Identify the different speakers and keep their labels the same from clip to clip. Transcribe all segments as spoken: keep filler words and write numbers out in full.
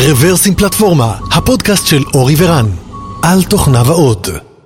Speaker 1: רוורסים פלטפורמה, הפודקאסט של אורי ורן, על תוכנה ועוד.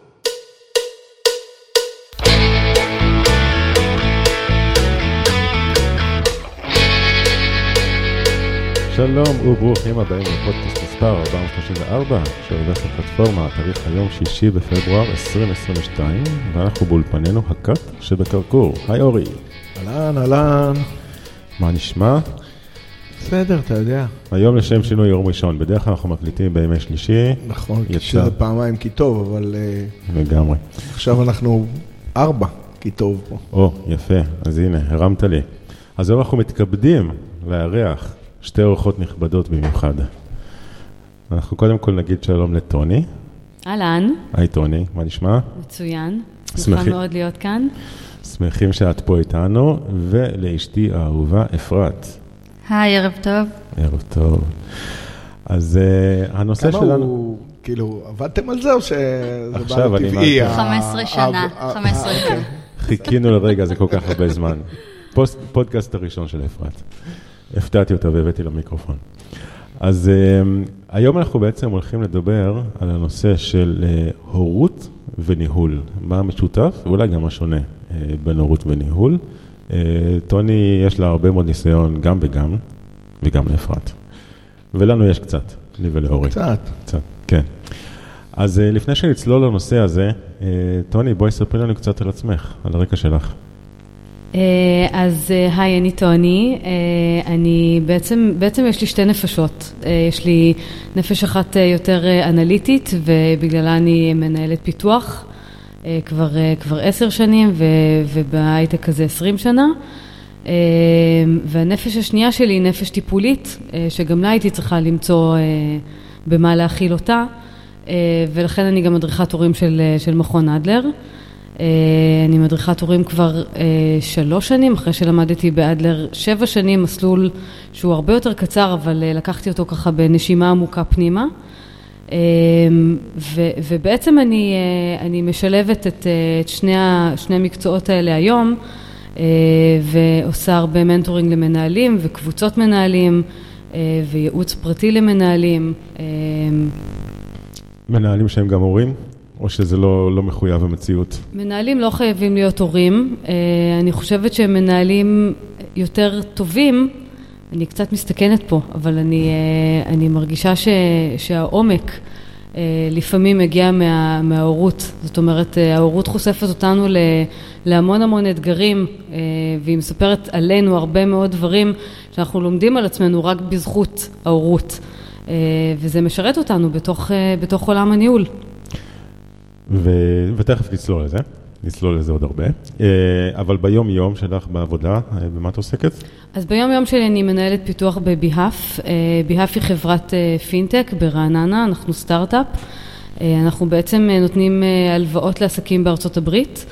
Speaker 2: שלום וברוכים הבאים לפודקאסט מספר ארבע מאות שלושים וארבע של רוורסים פלטפורמה, תאריך היום שישי בפברואר עשרים עשרים ושתיים, ואנחנו באולפנינו הקאט שבקרקור. היי אורי.
Speaker 3: אהלן, אהלן.
Speaker 2: מה נשמע?
Speaker 3: בסדר, אתה יודע.
Speaker 2: היום לשם שינוי יום ראשון, בדרך כלל אנחנו מקליטים בימי שלישי.
Speaker 3: נכון, שזה פעמיים כי טוב, אבל...
Speaker 2: לגמרי.
Speaker 3: עכשיו אנחנו ארבע כי טוב פה.
Speaker 2: או, יפה, אז הנה, הרמת לי. אז היום אנחנו מתכבדים לארח שתי אורחות נכבדות במיוחד. אנחנו קודם כל נגיד שלום לטוני.
Speaker 4: אהלן.
Speaker 2: היי טוני, מה נשמע?
Speaker 4: מצוין. שמחה מאוד להיות כאן.
Speaker 2: שמחים שאת פה איתנו, ולאשתי האהובה אפרת.
Speaker 5: היי, ערב טוב.
Speaker 2: ערב טוב. אז uh, הנושא
Speaker 3: כמה
Speaker 2: שלנו...
Speaker 3: כמה הוא, כאילו, עבדתם על זה או שזה בא
Speaker 2: לטבעי?
Speaker 5: חמש עשרה שנה, חמש עשרה שנה.
Speaker 2: חיכינו לרגע, זה כל כך הרבה זמן. פודקאסט הראשון של אפרת. הפתעתי אותה והבאתי למיקרופון. אז uh, היום אנחנו בעצם הולכים לדבר על הנושא של uh, הורות וניהול. מה המשותף ואולי גם השונה uh, בין הורות וניהול. Uh, טוני יש לה הרבה מאוד ניסיון גם וגם, וגם לאפרת. ולנו יש קצת, לי ולאורי.
Speaker 3: קצת.
Speaker 2: קצת, כן. אז uh, לפני שנצלול לנושא הזה, uh, טוני, בואי ספרי לנו קצת על עצמך, על הרקע שלך.
Speaker 4: אז היי, אני טוני, אני בעצם, בעצם יש לי שתי נפשות, יש לי נפש אחת יותר אנליטית ובגללה אני מנהלת פיתוח כבר, כבר עשר שנים ובהייטק כזה עשרים שנה, והנפש השנייה שלי היא נפש טיפולית שגם לה הייתי צריכה למצוא במה להכיל אותה, ולכן אני גם מדריכת הורים של, של מכון אדלר. אני מדריכת הורים כבר שלוש שנים, אחרי שלמדתי באדלר שבע שנים, מסלול שהוא הרבה יותר קצר, אבל לקחתי אותו ככה בנשימה עמוקה פנימה. ו, ובעצם אני, אני משלבת את, את שני, שני המקצועות האלה היום, ועושה הרבה מנטורינג למנהלים וקבוצות מנהלים, וייעוץ פרטי למנהלים.
Speaker 2: מנהלים שהם גם הורים? או שזה לא, לא מחויב המציאות?
Speaker 4: מנהלים לא חייבים להיות הורים. אני חושבת שמנהלים יותר טובים, אני קצת מסתכנת פה, אבל אני, אני מרגישה ש, שהעומק לפעמים מגיע מה, מההורות. זאת אומרת, ההורות חושפת אותנו ל, להמון המון אתגרים, והיא מספרת עלינו הרבה מאוד דברים שאנחנו לומדים על עצמנו רק בזכות ההורות. וזה משרת אותנו בתוך, בתוך עולם הניהול.
Speaker 2: ו- ותכף נצלול לזה, נצלול לזה עוד הרבה. אבל ביום יום שלך בעבודה, במה את עוסקת?
Speaker 4: אז ביום יום שלי אני מנהלת פיתוח בביהף. ביהף היא חברת פינטק ברעננה, אנחנו סטארט-אפ. אנחנו בעצם נותנים הלוואות לעסקים בארצות הברית.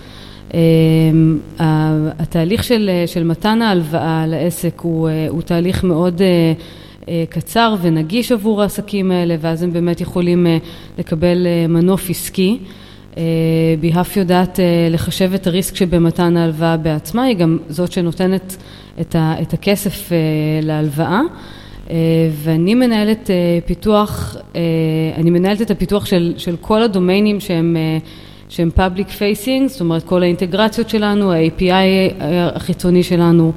Speaker 4: התהליך של, של מתן ההלוואה לעסק הוא, הוא תהליך מאוד קצר ונגיש עבור העסקים האלה, ואז הם באמת יכולים לקבל מנוף עסקי. ביהף יודעת לחשב את הריסק שבמתן ההלוואה בעצמה, היא גם זאת שנותנת את, ה, את הכסף להלוואה, ואני מנהלת פיתוח, אני מנהלת את הפיתוח של, של כל הדומיינים שהם, שהם public facing, זאת אומרת כל האינטגרציות שלנו, ה-איי פי איי החיצוני שלנו,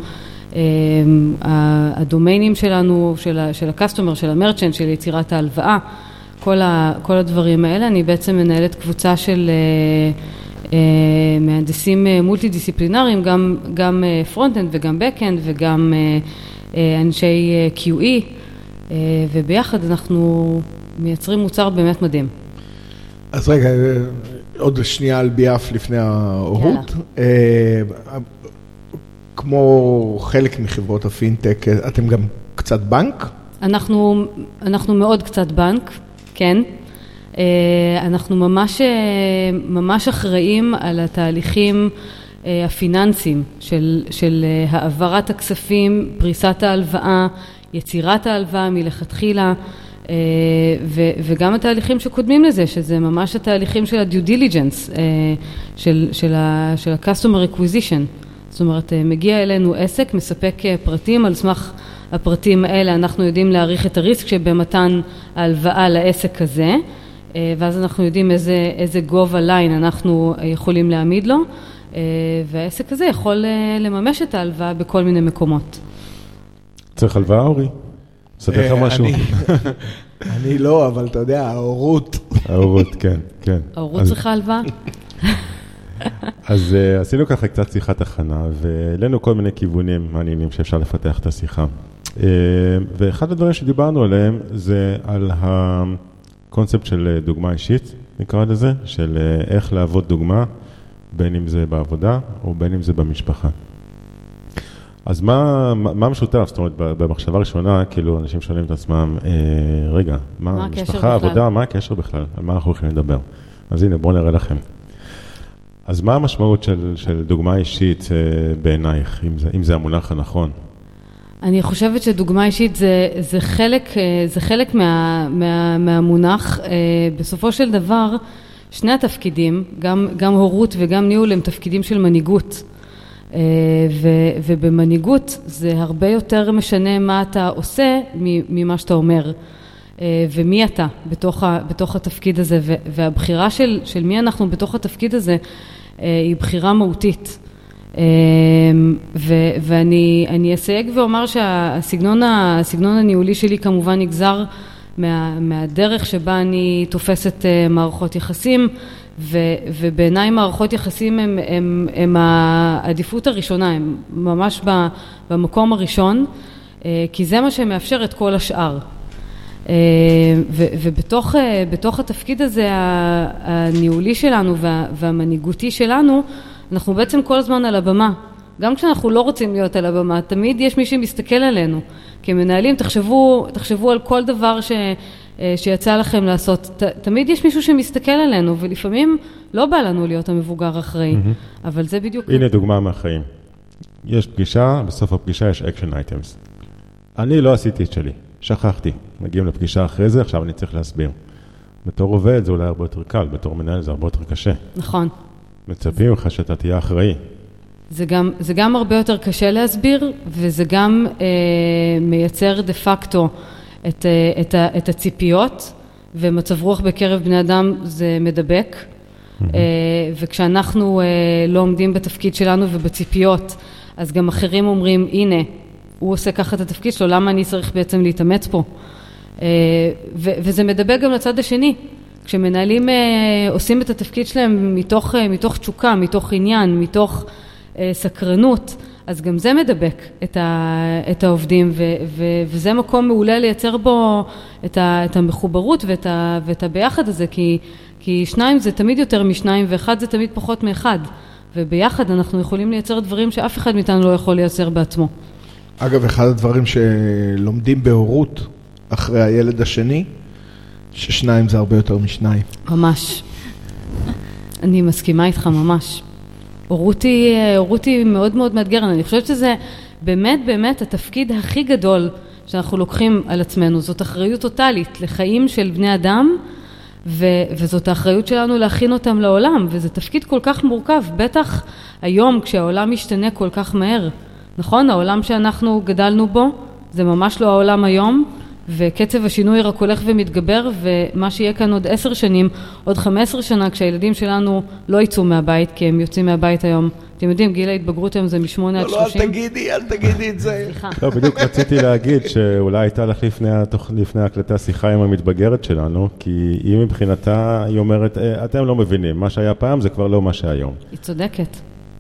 Speaker 4: הדומיינים שלנו, של הקסטומר, של המרצ'נט, של יצירת ההלוואה, כל, ה, כל הדברים האלה. אני בעצם מנהלת קבוצה של מהנדסים מולטי-דיסציפלינריים, גם, גם פרונט-אנד וגם בק-אנד וגם אנשי קיו אי, וביחד אנחנו מייצרים מוצר באמת מדהים.
Speaker 3: אז רגע, עוד שנייה על ביהף לפני ההורות. כמו חלק מחברות הפינטק, אתם גם קצת בנק?
Speaker 4: אנחנו, אנחנו מאוד קצת בנק, כן. אנחנו ממש, ממש אחראים על התהליכים הפיננסיים של, של העברת הכספים, פריסת ההלוואה, יצירת ההלוואה מלכתחילה, ו, וגם התהליכים שקודמים לזה, שזה ממש התהליכים של ה-due diligence, של, של ה, של ה-customer acquisition. זאת אומרת, מגיע אלינו עסק, מספק פרטים על סמך הפרטים האלה אנחנו יודעים להעריך את הריסק שבמתן ההלוואה לעסק הזה, ואז אנחנו יודעים איזה, איזה גובה ליין אנחנו יכולים להעמיד לו, והעסק הזה יכול לממש את ההלוואה בכל מיני מקומות.
Speaker 2: צריך הלוואה, אורי? סדר לך משהו?
Speaker 3: אני לא, אבל אתה יודע, ההורות.
Speaker 2: ההורות, כן, כן.
Speaker 4: ההורות צריכה הלוואה?
Speaker 2: אז עשינו ככה קצת שיחת הכנה, והעלינו כל מיני כיוונים מעניינים שאפשר לפתח את השיחה. ואחד הדברים שדיברנו עליהם זה על הקונספט של דוגמה אישית, נקרא לזה, של איך לעבוד דוגמה, בין אם זה בעבודה או בין אם זה במשפחה. אז מה, מה משותף? זאת אומרת, במחשבה הראשונה, כאילו, אנשים שואלים את עצמם, אה, רגע, מה, מה משפחה, עבודה, מה הקשר בכלל? על מה אנחנו הולכים לדבר? אז הנה, בואו נראה לכם. אז מה המשמעות של, של דוגמה אישית אה, בעינייך, אם זה, אם זה המונח הנכון?
Speaker 4: אני חושבת שדוגמה אישית זה, זה חלק, זה חלק מה, מה, מהמונח. אה, בסופו של דבר, שני התפקידים, גם, גם הורות וגם ניהול, הם תפקידים של מנהיגות. ו, ובמנהיגות זה הרבה יותר משנה מה אתה עושה ממה שאתה אומר, ומי אתה בתוך, ה, בתוך התפקיד הזה, והבחירה של, של מי אנחנו בתוך התפקיד הזה היא בחירה מהותית. ו, ואני אני אסייג ואומר שהסגנון הסגנון הניהולי שלי כמובן נגזר מה, מהדרך שבה אני תופסת מערכות יחסים, ו, ובעיניי מערכות יחסים הם, הם, הם העדיפות הראשונה, הם ממש במקום הראשון, כי זה מה שמאפשר את כל השאר. ו, ובתוך בתוך התפקיד הזה הניהולי שלנו וה, והמנהיגותי שלנו, אנחנו בעצם כל הזמן על הבמה. גם כשאנחנו לא רוצים להיות על הבמה, תמיד יש מי שמסתכל עלינו. כמנהלים, תחשבו, תחשבו על כל דבר ש, שיצא לכם לעשות. ת, תמיד יש מישהו שמסתכל עלינו, ולפעמים לא בא לנו להיות המבוגר אחראי. Mm-hmm. אבל זה בדיוק...
Speaker 2: הנה דוגמה מהחיים. יש פגישה, בסוף הפגישה יש action items. אני לא עשיתי את שלי, שכחתי. מגיעים לפגישה אחרי זה, עכשיו אני צריך להסביר. בתור עובד זה אולי הרבה יותר קל, בתור מנהל זה הרבה יותר קשה.
Speaker 4: נכון.
Speaker 2: מצפים לך שאתה תהיה אחראי.
Speaker 4: זה גם, זה גם הרבה יותר קשה להסביר, וזה גם אה, מייצר דה פקטו את, אה, את, ה, את הציפיות, ומצב רוח בקרב בני אדם זה מדבק. Mm-hmm. אה, וכשאנחנו אה, לא עומדים בתפקיד שלנו ובציפיות, אז גם אחרים אומרים, הנה, הוא עושה ככה את התפקיד שלו, למה אני צריך בעצם להתאמץ פה? אה, ו, וזה מדבק גם לצד השני. כשמנהלים אה, עושים את התפקיד שלהם מתוך, אה, מתוך תשוקה, מתוך עניין, מתוך אה, סקרנות, אז גם זה מדבק את, ה, את העובדים, ו, ו, וזה מקום מעולה לייצר בו את, ה, את המחוברות ואת, ה, ואת הביחד הזה, כי, כי שניים זה תמיד יותר משניים, ואחד זה תמיד פחות מאחד, וביחד אנחנו יכולים לייצר דברים שאף אחד מאיתנו לא יכול לייצר בעצמו.
Speaker 3: אגב, אחד הדברים שלומדים בהורות אחרי הילד השני, ששניים זה הרבה יותר משניים.
Speaker 4: ממש. אני מסכימה איתך ממש. הורותי, הורותי מאוד מאוד מאתגר. אני חושבת שזה באמת באמת התפקיד הכי גדול שאנחנו לוקחים על עצמנו. זאת אחריות טוטלית לחיים של בני אדם, ו- וזאת האחריות שלנו להכין אותם לעולם, וזה תפקיד כל כך מורכב, בטח היום כשהעולם משתנה כל כך מהר. נכון? העולם שאנחנו גדלנו בו, זה ממש לא העולם היום, וקצב השינוי רק הולך ומתגבר, ומה שיהיה כאן עוד עשר שנים, עוד חמש עשרה שנה, כשהילדים שלנו לא יצאו מהבית, כי הם יוצאים מהבית היום. אתם יודעים, גיל ההתבגרות היום זה משמונה עד שלושים.
Speaker 3: לא, אל תגידי, אל תגידי את זה.
Speaker 4: סליחה.
Speaker 2: לא, בדיוק רציתי להגיד שאולי הייתה לך לפני הקלטה שיחה עם המתבגרת שלנו, כי היא מבחינתה, היא אומרת, אתם לא מבינים, מה שהיה פעם זה כבר לא מה שהיום.
Speaker 4: היא צודקת.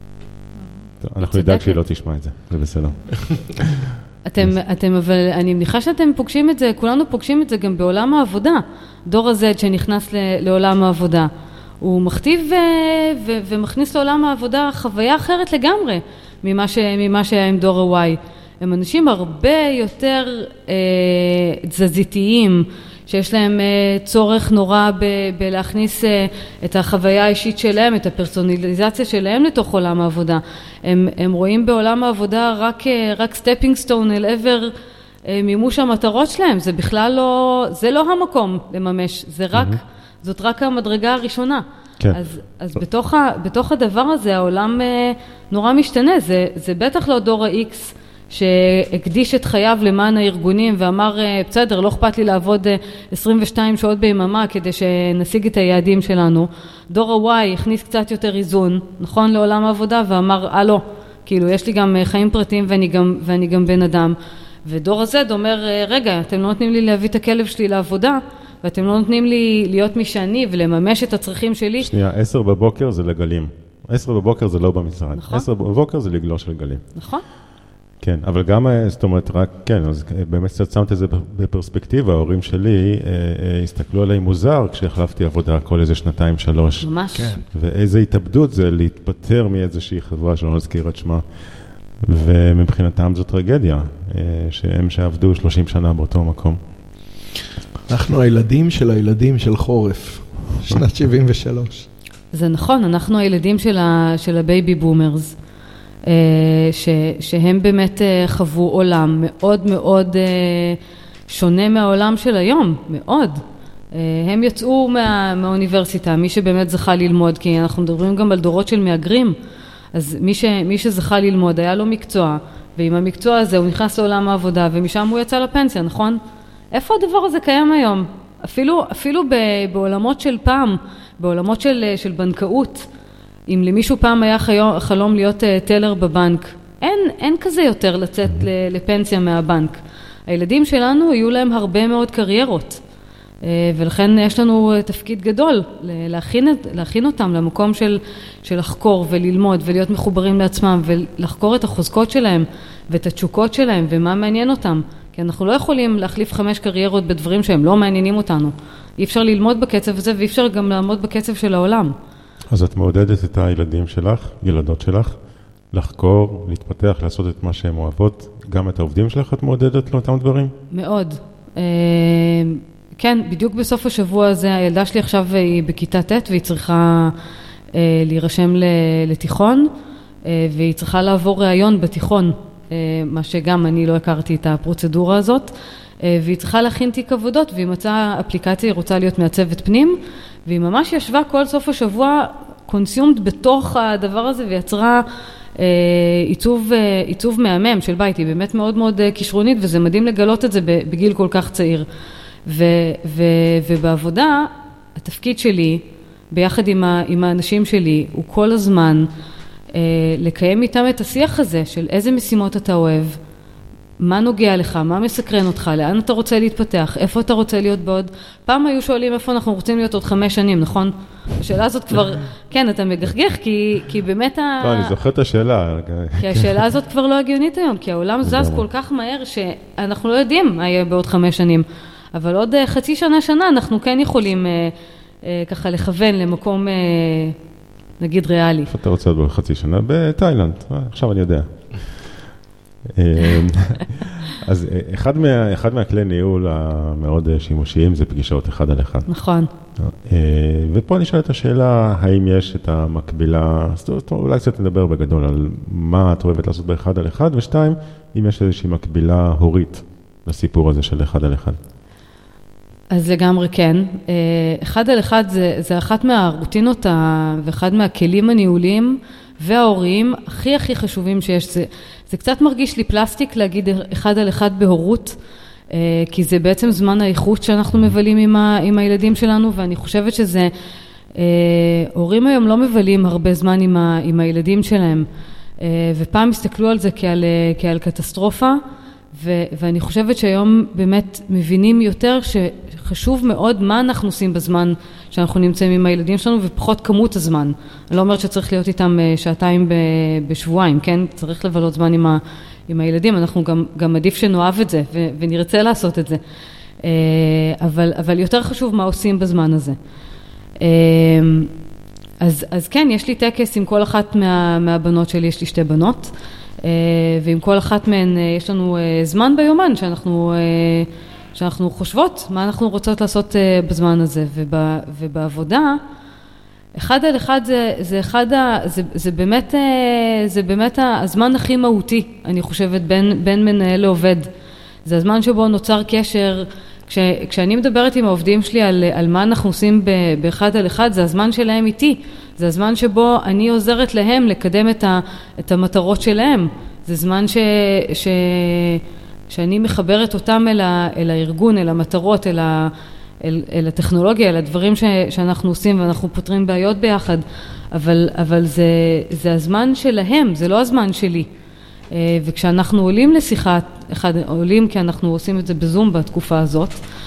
Speaker 2: אנחנו נדאג שהיא לא תשמע את זה, זה בסדר.
Speaker 4: אתם, אתם, אבל אני מניחה שאתם פוגשים את זה, כולנו פוגשים את זה גם בעולם העבודה. דור הזד שנכנס לעולם העבודה, הוא מכתיב ו, ו, ומכניס לעולם העבודה חוויה אחרת לגמרי ממה, ש, ממה שהיה עם דור ה-Y. הם אנשים הרבה יותר אה, תזזיתיים, שיש להם אה, צורך נורא ב, בלהכניס אה, את החוויה האישית שלהם, את הפרסונליזציה שלהם לתוך עולם העבודה. הם, הם רואים בעולם העבודה רק, אה, רק סטפינג סטון אל עבר אה, מימוש המטרות שלהם. זה בכלל לא, זה לא המקום לממש, זה רק, mm-hmm. זאת רק המדרגה הראשונה. כן. אז, אז בתוך, ה, בתוך הדבר הזה העולם אה, נורא משתנה. זה, זה בטח לא דור ה-X שהקדיש את חייו למען הארגונים ואמר, בסדר, לא אכפת לי לעבוד עשרים ושתיים שעות ביממה כדי שנשיג את היעדים שלנו. דור ה-Y הכניס קצת יותר איזון, נכון, לעולם העבודה, ואמר, אה לא, כאילו, יש לי גם חיים פרטיים ואני גם, ואני גם בן אדם. ודור ה-Z אומר, רגע, אתם לא נותנים לי להביא את הכלב שלי לעבודה, ואתם לא נותנים לי להיות מי שאני ולממש את הצרכים שלי.
Speaker 2: שנייה, עשר בבוקר זה לגלים. עשר בבוקר זה לא במשרד.
Speaker 4: נכון.
Speaker 2: עשר בבוקר זה לגלוש לגלים.
Speaker 4: נכון.
Speaker 2: כן, אבל גם, זאת אומרת, רק, כן, אז באמת קצת שמת את זה בפרספקטיבה, ההורים שלי הסתכלו עליי מוזר כשהחלפתי עבודה כל איזה שנתיים, שלוש.
Speaker 4: ממש.
Speaker 3: כן.
Speaker 2: ואיזה התאבדות זה להתפטר מאיזושהי חברה שלא נזכיר את שמה. ומבחינתם זו טרגדיה, שהם שעבדו שלושים שנה באותו מקום.
Speaker 3: אנחנו הילדים של הילדים של חורף, שנת שבעים ושלוש.
Speaker 4: זה נכון, אנחנו הילדים של, ה, של הבייבי בומרס, ש, שהם באמת חוו עולם מאוד מאוד שונה מהעולם של היום, מאוד. הם יצאו מה, מהאוניברסיטה, מי שבאמת זכה ללמוד, כי אנחנו מדברים גם על דורות של מאגרים, אז מי, ש, מי שזכה ללמוד היה לו מקצוע, ועם המקצוע הזה הוא נכנס לעולם העבודה, ומשם הוא יצא לפנסיה, נכון? איפה הדבר הזה קיים היום? אפילו, אפילו בעולמות של פעם, בעולמות של, של בנקאות, אם למישהו פעם היה חלום להיות טלר בבנק, אין, אין כזה יותר לצאת לפנסיה מהבנק. הילדים שלנו יהיו להם הרבה מאוד קריירות, ולכן יש לנו תפקיד גדול להכין, להכין אותם למקום של, של לחקור וללמוד ולהיות מחוברים לעצמם ולחקור את החוזקות שלהם ואת התשוקות שלהם ומה מעניין אותם. כי אנחנו לא יכולים להחליף חמש קריירות בדברים שהם לא מעניינים אותנו. אי אפשר ללמוד בקצב הזה ואי אפשר גם לעמוד בקצב של העולם.
Speaker 2: אז את מעודדת את הילדים שלך, ילדות שלך, לחקור, להתפתח, לעשות את מה שהן אוהבות, גם את העובדים שלך את מעודדת לאותם דברים?
Speaker 4: מאוד. כן, בדיוק בסוף השבוע הזה, הילדה שלי עכשיו היא בכיתה ט' והיא צריכה להירשם לתיכון, והיא צריכה לעבור ראיון בתיכון, מה שגם אני לא הכרתי את הפרוצדורה הזאת, והיא צריכה להכין תיק עבודות, והיא מצאה אפליקציה, היא רוצה להיות מעצבת פנים, והיא ממש ישבה כל סוף השבוע קונסיומד בתוך הדבר הזה, ויצרה עיצוב, עיצוב מהמם של בית, היא באמת מאוד מאוד כישרונית, וזה מדהים לגלות את זה בגיל כל כך צעיר. ו, ו, ובעבודה, התפקיד שלי, ביחד עם, ה, עם האנשים שלי, הוא כל הזמן אה, לקיים איתם את השיח הזה, של איזה משימות אתה אוהב, מה נוגע לך, מה מסקרן אותך, לאן אתה רוצה להתפתח, איפה אתה רוצה להיות בעוד. פעם היו שואלים איפה אנחנו רוצים להיות עוד חמש שנים, נכון? השאלה הזאת כבר, כן, אתה מגחגך, כי, כי באמת ה...
Speaker 2: לא, אני זוכר את השאלה.
Speaker 4: כי השאלה הזאת כבר לא הגיונית היום, כי העולם זז כל כך מהר, שאנחנו לא יודעים מה יהיה בעוד חמש שנים. אבל עוד חצי שנה, שנה, אנחנו כן יכולים אה, אה, ככה לכוון למקום, אה, נגיד, ריאלי.
Speaker 2: איפה אתה רוצה עוד חצי שנה? בתאילנד, עכשיו אני יודע. אז אחד, מה, אחד מהכלי ניהול המאוד שימושיים זה פגישות אחד על אחד.
Speaker 4: נכון.
Speaker 2: ופה נשאל את השאלה, האם יש את המקבילה, אולי קצת נדבר בגדול על מה את אוהבת לעשות באחד על אחד, ושתיים, אם יש איזושהי מקבילה הורית לסיפור הזה של אחד על אחד.
Speaker 4: אז לגמרי כן. אחד על אחד זה, זה אחת מהרוטינות ואחד מהכלים הניהוליים וההוריים הכי הכי חשובים שיש. זה, זה קצת מרגיש לי פלסטיק להגיד אחד על אחד בהורות, כי זה בעצם זמן האיכות שאנחנו מבלים עם, ה, עם הילדים שלנו, ואני חושבת שזה, הורים היום לא מבלים הרבה זמן עם, ה, עם הילדים שלהם, ופעם הסתכלו על זה כעל, כעל קטסטרופה, ו- ואני חושבת שהיום באמת מבינים יותר שחשוב מאוד מה אנחנו עושים בזמן שאנחנו נמצאים עם הילדים שלנו, ופחות כמות הזמן. אני לא אומרת שצריך להיות איתם שעתיים ב- בשבועיים, כן? צריך לבלות זמן עם, ה- עם הילדים, אנחנו גם, גם עדיף שנאהב את זה, ו- ונרצה לעשות את זה. אבל, אבל יותר חשוב מה עושים בזמן הזה. אז, אז כן, יש לי טקס עם כל אחת מה, מהבנות שלי, יש לי שתי בנות, ועם כל אחת מהן יש לנו זמן ביומן שאנחנו, שאנחנו חושבות מה אנחנו רוצות לעשות בזמן הזה, ובע, ובעבודה, אחד על אחד זה, זה, אחד ה, זה, זה, באמת, זה באמת הזמן הכי מהותי, אני חושבת, בין, בין מנהל לעובד. זה הזמן שבו נוצר קשר. כש, כשאני מדברת עם העובדים שלי על, על מה אנחנו עושים ב, באחד על אחד, זה הזמן שלהם איתי. זה הזמן שבו אני עוזרת להם לקדם את, ה, את המטרות שלהם. זה זמן ש, ש, שאני מחברת אותם אל, ה, אל הארגון, אל המטרות, אל, ה, אל, אל הטכנולוגיה, אל הדברים ש, שאנחנו עושים ואנחנו פותרים בעיות ביחד, אבל, אבל זה, זה הזמן שלהם, זה לא הזמן שלי. וכשאנחנו עולים לשיחה, אחד, עולים כי אנחנו עושים את זה בזום בתקופה הזאת,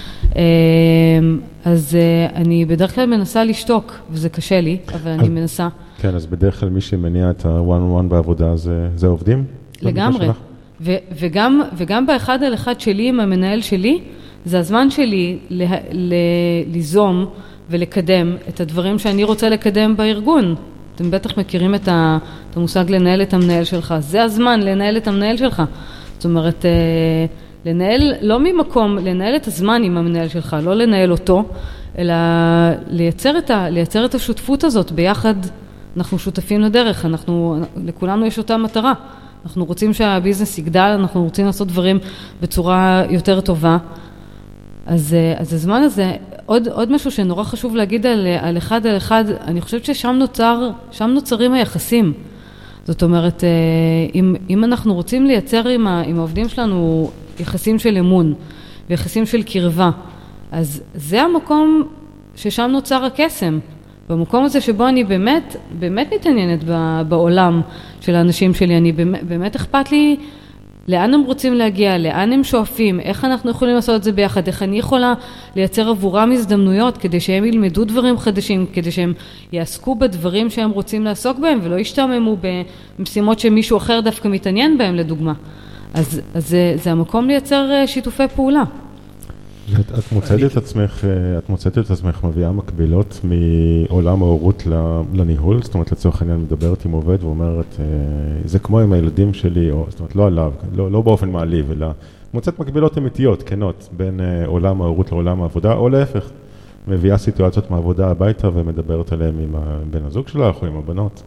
Speaker 4: אז אני בדרך כלל מנסה לשתוק, וזה קשה לי, אבל אני מנסה.
Speaker 2: כן, אז בדרך כלל מי שמניע את ה-one on one בעבודה זה, זה עובדים?
Speaker 4: לגמרי. ו- וגם, וגם באחד על אחד שלי עם המנהל שלי, זה הזמן שלי ל- ל- ליזום ולקדם את הדברים שאני רוצה לקדם בארגון. אתם בטח מכירים את, ה, את המושג לנהל את המנהל שלך. זה הזמן לנהל את המנהל שלך. זאת אומרת, לנהל, לא ממקום, לנהל את הזמן עם המנהל שלך, לא לנהל אותו, אלא לייצר את, ה, לייצר את השותפות הזאת. ביחד אנחנו שותפים לדרך, אנחנו, לכולנו יש אותה מטרה. אנחנו רוצים שהביזנס יגדל, אנחנו רוצים לעשות דברים בצורה יותר טובה. אז, אז הזמן הזה, עוד, עוד משהו שנורא חשוב להגיד על, על אחד על אחד, אני חושבת ששם נוצר, שם נוצרים היחסים. זאת אומרת, אם, אם אנחנו רוצים לייצר עם, ה, עם העובדים שלנו יחסים של אמון ויחסים של קרבה, אז זה המקום ששם נוצר הקסם. במקום הזה שבו אני באמת, באמת מתעניינת בעולם של האנשים שלי, אני באמת, באמת אכפת לי לאן הם רוצים להגיע, לאן הם שואפים, איך אנחנו יכולים לעשות את זה ביחד, איך אני יכולה לייצר עבורם הזדמנויות כדי שהם ילמדו דברים חדשים, כדי שהם יעסקו בדברים שהם רוצים לעסוק בהם, ולא ישתעממו במשימות שמישהו אחר דווקא מתעניין בהם, לדוגמה. אז, אז זה, זה המקום לייצר שיתופי פעולה.
Speaker 2: את, את מוצאת את עצמך, את מוצאת את עצמך מביאה מקבילות מעולם ההורות לניהול, זאת אומרת לצורך העניין מדברת עם עובד ואומרת, זה כמו עם הילדים שלי, או, זאת אומרת לא עליו, לא, לא באופן מעליב, אלא מוצאת מקבילות אמיתיות, כנות, בין עולם ההורות לעולם העבודה, או להפך, מביאה סיטואציות מהעבודה הביתה ומדברת עליהם עם בן הזוג שלך או עם הבנות.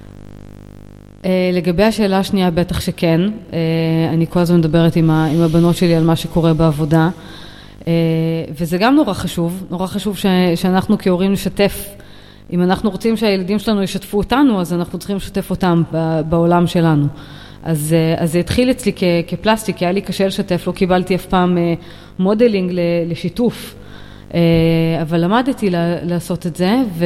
Speaker 4: לגבי השאלה השנייה, בטח שכן, אני כל הזמן מדברת עם הבנות שלי על מה שקורה בעבודה, וזה גם נורא חשוב, נורא חשוב ש, שאנחנו כהורים נשתף, אם אנחנו רוצים שהילדים שלנו ישתפו אותנו, אז אנחנו צריכים לשתף אותם בעולם שלנו. אז, אז זה התחיל אצלי כ, כפלסטיק, היה לי קשה לשתף, לא קיבלתי אף פעם מודלינג לשיתוף, אבל למדתי לעשות את זה, ו,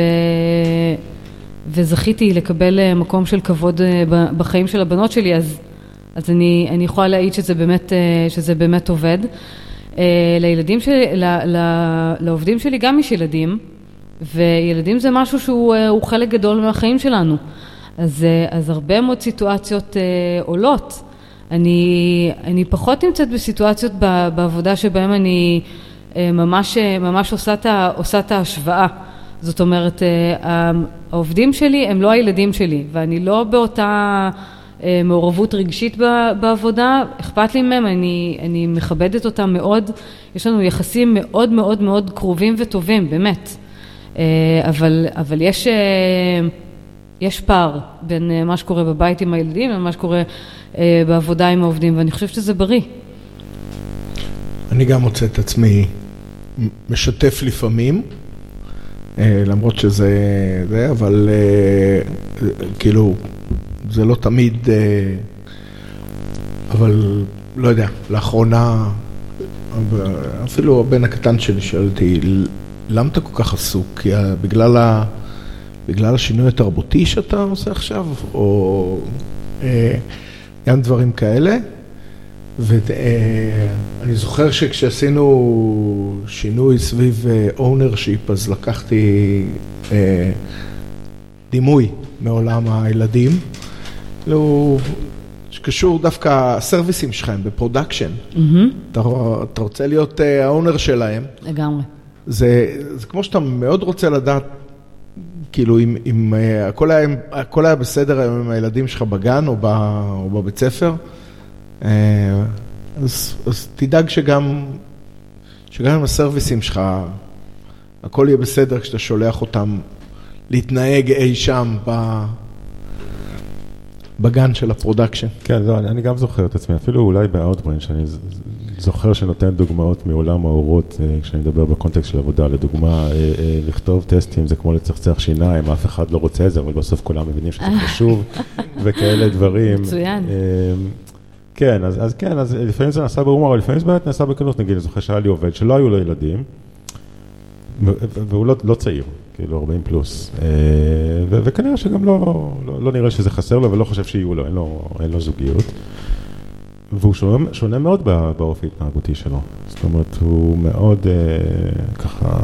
Speaker 4: וזכיתי לקבל מקום של כבוד בחיים של הבנות שלי, אז, אז אני, אני יכולה להעיד שזה באמת, שזה באמת עובד. לילדים שלי, לעובדים שלי גם יש ילדים, וילדים זה משהו שהוא חלק גדול מהחיים שלנו. אז, אז הרבה מאוד סיטואציות עולות. אני, אני פחות נמצאת בסיטואציות בעבודה שבהם אני ממש, ממש עושה את, עושה את ההשוואה. זאת אומרת, העובדים שלי הם לא הילדים שלי, ואני לא באותה מעורבות רגשית בעבודה, אכפת לי מהם, אני, אני מכבדת אותם מאוד, יש לנו יחסים מאוד מאוד מאוד קרובים וטובים, באמת. אבל, אבל יש, יש פער בין מה שקורה בבית עם הילדים ומה שקורה בעבודה עם העובדים, ואני חושבת שזה בריא.
Speaker 3: אני גם מוצא את עצמי משתף לפעמים, למרות שזה זה, אבל כאילו זה לא תמיד, אבל לא יודע, לאחרונה, אפילו הבן הקטן שלי שאלתי, למה אתה כל כך עסוק? כי בגלל, ה, בגלל השינוי התרבותי שאתה עושה עכשיו, או גם דברים כאלה. ואני זוכר שכשעשינו שינוי סביב ownership, אז לקחתי דימוי מעולם הילדים, שקשור דווקא הסרוויסים שלהם בפרודקשן. אתה רוצה להיות האונר שלהם.
Speaker 4: לגמרי.
Speaker 3: זה כמו שאתה מאוד רוצה לדעת, כאילו אם הכל היה בסדר עם הילדים שלך בגן או בבית ספר, אז, אז תדאג שגם, שגם עם הסרוויסים שלך, הכל יהיה בסדר כשאתה שולח אותם להתנהג אי שם ב, בגן של הפרודקשן.
Speaker 2: כן, לא, אני גם זוכר את עצמי, אפילו אולי באוטברן, שאני זוכר שנותן דוגמאות מעולם האורות, כשאני מדבר בקונטקסט של עבודה, לדוגמה, לכתוב טסטים, זה כמו לצחצח שיניים, אף אחד לא רוצה את זה, אבל בסוף כולם מבינים שזה חשוב, וכאלה דברים. מצוין. כן, אז, אז כן, אז לפעמים זה נעשה בהומור, אבל לפעמים זה באמת נעשה בקלות, נגיד, אני זוכר שהיה לי עובד שלא היו לו ילדים, והוא לא, לא צעיר, כאילו ארבעים פלוס, ו- וכנראה שגם לא, לא, לא נראה שזה חסר לו, ולא חושב שיהיו לו, אין לו, אין לו זוגיות. והוא שונה, שונה מאוד באופי התנהגותי שלו. זאת אומרת, הוא מאוד ככה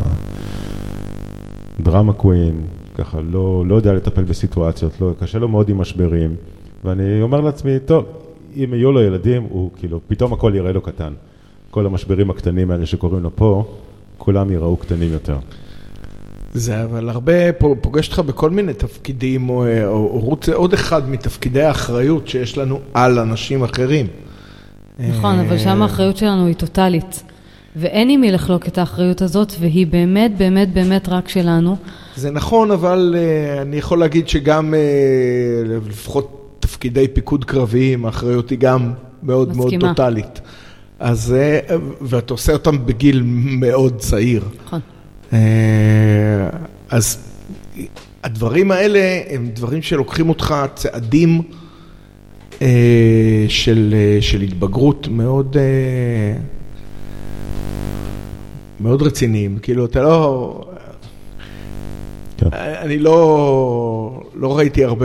Speaker 2: דרמה קווין, ככה לא, לא יודע לטפל בסיטואציות, לא, קשה לו מאוד עם משברים, ואני אומר לעצמי, טוב, אם יהיו לו ילדים, הוא כאילו, פתאום הכל יראה לו קטן. כל המשברים הקטנים האלה שקוראים לו פה, כולם יראו קטנים יותר.
Speaker 3: זה אבל הרבה פוגש לך בכל מיני תפקידים, או, או, או רוצה עוד אחד מתפקידי האחריות שיש לנו על אנשים אחרים.
Speaker 4: נכון, אבל שם האחריות שלנו היא טוטלית. ואין עם מי לחלוק את האחריות הזאת, והיא באמת, באמת, באמת רק שלנו.
Speaker 3: זה נכון, אבל אני יכול להגיד שגם לפחות תפקידי פיקוד קרביים, האחריות היא גם מאוד מאוד טוטלית. אז, ואתה עושה אותם בגיל מאוד צעיר.
Speaker 4: נכון.
Speaker 3: אז הדברים האלה הם דברים שלוקחים אותך צעדים של, של התבגרות מאוד, מאוד רציניים. כאילו, אתה לא... אני לא, לא ראיתי הרבה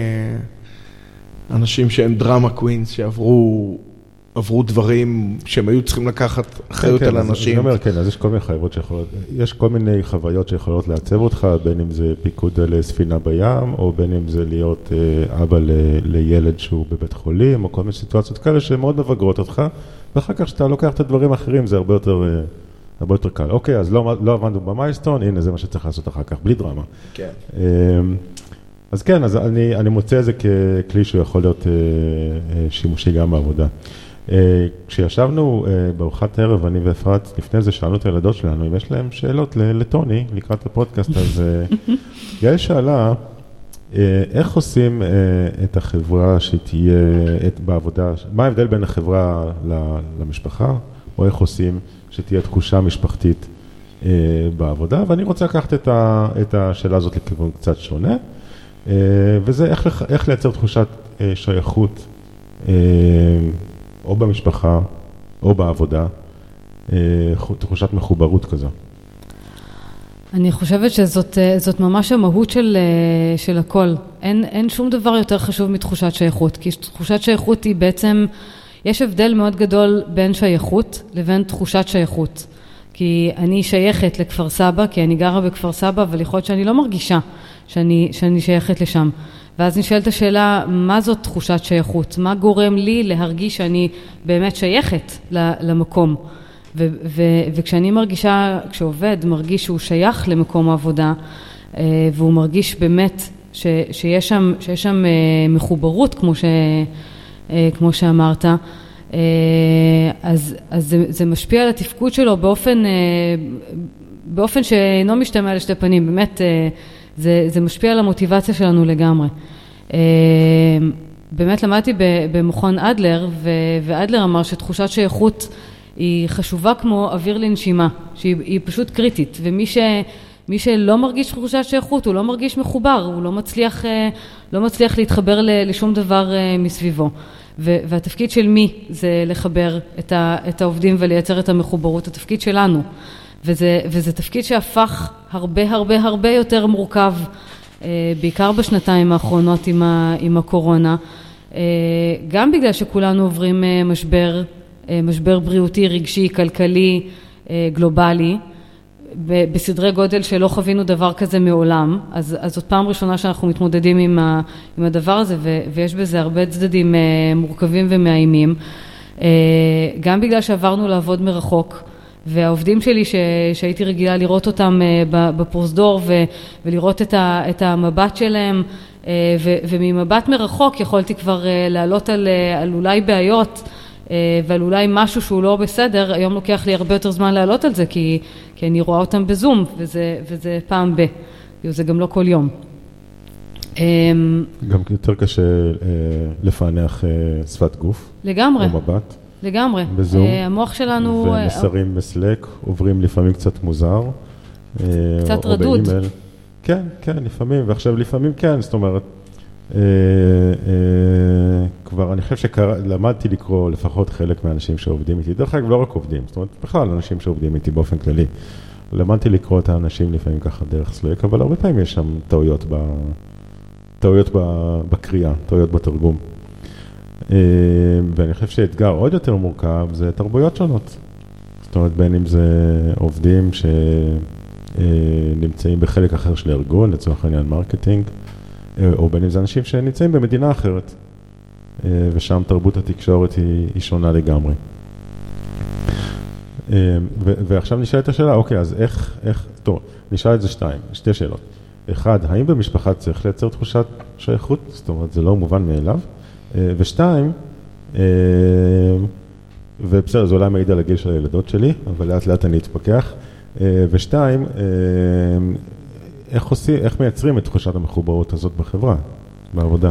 Speaker 3: אנשים שהם דרמה קווינס שעברו... עברו דברים שהם היו צריכים לקחת אחריות על אנשים.
Speaker 2: אני אומר, כן, אז יש כל מיני חוויות שיכולות, יש כל מיני חוויות שיכולות לעצב אותך, בין אם זה פיקוד לספינה בים, או בין אם זה להיות אבא לילד שהוא בבית חולים, או כל מיני סיטואציות כאלה שהן מאוד מבגרות אותך, ואחר כך שאתה לוקח את הדברים האחרים, זה הרבה יותר, הרבה יותר קל. אוקיי, אז לא, לא עבדנו במיילסטון, הנה, זה מה שצריך לעשות אחר כך, בלי דרמה.
Speaker 3: כן.
Speaker 2: אז כן, אז אני, אני מוצא את זה ככלי שהוא יכול להיות שימושי גם בעבודה. כשישבנו בארוחת ערב, אני ואפרת, לפני זה שאלנו את הילדות שלנו, אם יש להם שאלות לטוני, לקראת הפודקאסט, אז יעל שאלה, איך עושים את החברה שתהיה בעבודה, מה ההבדל בין החברה למשפחה, או איך עושים שתהיה תחושה משפחתית בעבודה, ואני רוצה לקחת את השאלה הזאת לכיוון קצת שונה, וזה איך, איך לייצר תחושת שייכות, או במשפחה, או בעבודה, תחושת מחוברות כזו.
Speaker 4: אני חושבת שזאת זאת ממש המהות של, של הכל. אין, אין שום דבר יותר חשוב מתחושת שייכות, כי תחושת שייכות היא בעצם, יש הבדל מאוד גדול בין שייכות לבין תחושת שייכות. כי אני שייכת לכפר סבא, כי אני גרה בכפר סבא, אבל יכול להיות שאני לא מרגישה שאני, שאני שייכת לשם. ואז נשאלת השאלה, מה זאת תחושת שייכות? מה גורם לי להרגיש שאני באמת שייכת למקום? ו- ו- וכשאני מרגישה, כשעובד מרגיש שהוא שייך למקום העבודה, והוא מרגיש באמת ש- שיש שם, שיש שם מחוברות, כמו, ש- כמו שאמרת, אז, אז זה, זה משפיע על התפקוד שלו באופן, באופן שאינו משתמע לשתי פנים, באמת, זה, זה משפיע על המוטיבציה שלנו לגמרי. באמת למדתי במכון אדלר, ואדלר אמר שתחושת שייכות היא חשובה כמו אוויר לנשימה, שהיא פשוט קריטית, ומי ש, מי שלא מרגיש תחושת שייכות, הוא לא מרגיש מחובר, הוא לא מצליח, לא מצליח להתחבר לשום דבר מסביבו. והתפקיד של מי זה לחבר את העובדים ולייצר את המחוברות, התפקיד שלנו. וזה, וזה תפקיד שהפך הרבה הרבה הרבה יותר מורכב, בעיקר בשנתיים האחרונות עם, ה, עם הקורונה, גם בגלל שכולנו עוברים משבר, משבר בריאותי, רגשי, כלכלי, גלובלי, בסדרי גודל שלא חווינו דבר כזה מעולם, אז, אז זאת פעם ראשונה שאנחנו מתמודדים עם, ה, עם הדבר הזה, ו, ויש בזה הרבה צדדים מורכבים ומאיימים, גם בגלל שעברנו לעבוד מרחוק, והעובדים שלי ש, שהייתי רגילה לראות אותם בפרוזדור ו, ולראות את, ה, את המבט שלהם, ו, וממבט מרחוק יכולתי כבר לעלות על, על אולי בעיות, ועל אולי משהו שהוא לא בסדר, היום לוקח לי הרבה יותר זמן לעלות על זה, כי, כי אני רואה אותם בזום, וזה, וזה פעם ב, זה גם לא כל יום.
Speaker 2: גם יותר קשה לפענח שפת גוף.
Speaker 4: לגמרי.
Speaker 2: או מבט.
Speaker 4: לגמרי.
Speaker 2: בזום.
Speaker 4: המוח שלנו...
Speaker 2: ומסרים בסלק עוברים לפעמים קצת מוזר.
Speaker 4: קצת רדוד.
Speaker 2: כן, כן, לפעמים. ועכשיו לפעמים כן, זאת אומרת, כבר אני חושב שלמדתי לקרוא לפחות חלק מהאנשים שעובדים איתי. דרך אגב, לא רק עובדים, זאת אומרת, בכלל אנשים שעובדים איתי באופן כללי. למדתי לקרוא את האנשים לפעמים ככה דרך סלק, אבל הרבה פעמים יש שם טעויות ב... טעויות בקריאה, טעויות בתרגום. ואני חושב שאתגר עוד יותר מורכב זה תרבויות שונות. זאת אומרת, בין אם זה עובדים שנמצאים בחלק אחר של הארגון, לצורך העניין מרקטינג, או בין אם זה אנשים שנמצאים במדינה אחרת, ושם תרבות התקשורת היא, היא שונה לגמרי. ועכשיו נשאלת השאלה, אוקיי, אז איך, איך, טוב, נשאל את זה שתיים, שתי שאלות. אחד, האם במשפחה צריך לייצר תחושת שייכות? זאת אומרת, זה לא מובן מאליו. ושתיים, ובסדר, זה אולי מעיד על הגיל של הילדות שלי, אבל לאט לאט אני אתפקח. ושתיים, איך עושים, איך מייצרים את תחושת המחוברות הזאת בחברה, בעבודה?